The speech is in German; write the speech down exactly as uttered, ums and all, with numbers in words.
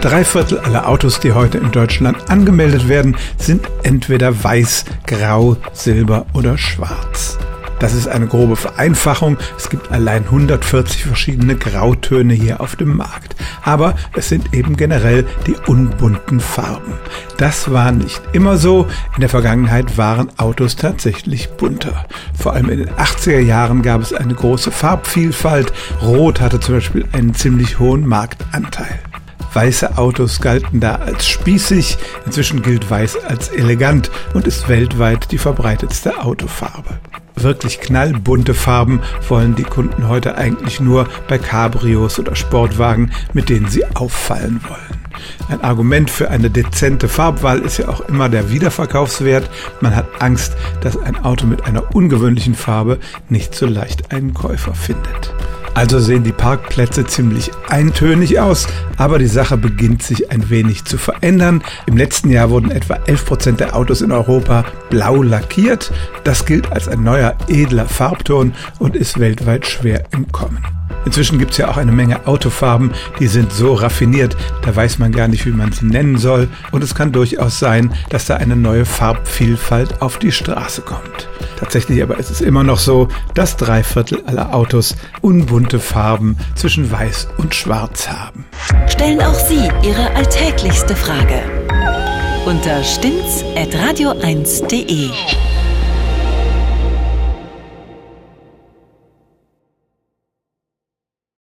Drei Viertel aller Autos, die heute in Deutschland angemeldet werden, sind entweder weiß, grau, silber oder schwarz. Das ist eine grobe Vereinfachung. Es gibt allein hundertvierzig verschiedene Grautöne hier auf dem Markt. Aber es sind eben generell die unbunten Farben. Das war nicht immer so. In der Vergangenheit waren Autos tatsächlich bunter. Vor allem in den achtziger Jahren gab es eine große Farbvielfalt. Rot hatte zum Beispiel einen ziemlich hohen Marktanteil. Weiße Autos galten da als spießig. Inzwischen gilt Weiß als elegant und ist weltweit die verbreitetste Autofarbe. Wirklich knallbunte Farben wollen die Kunden heute eigentlich nur bei Cabrios oder Sportwagen, mit denen sie auffallen wollen. Ein Argument für eine dezente Farbwahl ist ja auch immer der Wiederverkaufswert. Man hat Angst, dass ein Auto mit einer ungewöhnlichen Farbe nicht so leicht einen Käufer findet. Also sehen die Parkplätze ziemlich eintönig aus, aber die Sache beginnt sich ein wenig zu verändern. Im letzten Jahr wurden etwa elf Prozent der Autos in Europa blau lackiert. Das gilt als ein neuer, edler Farbton und ist weltweit schwer im Kommen. Inzwischen gibt es ja auch eine Menge Autofarben, die sind so raffiniert, da weiß man gar nicht, wie man sie nennen soll. Und es kann durchaus sein, dass da eine neue Farbvielfalt auf die Straße kommt. Tatsächlich aber ist es immer noch so, dass drei Viertel aller Autos unbunte Farben zwischen Weiß und Schwarz haben. Stellen auch Sie Ihre alltäglichste Frage unter stimmt's at radio eins punkt de.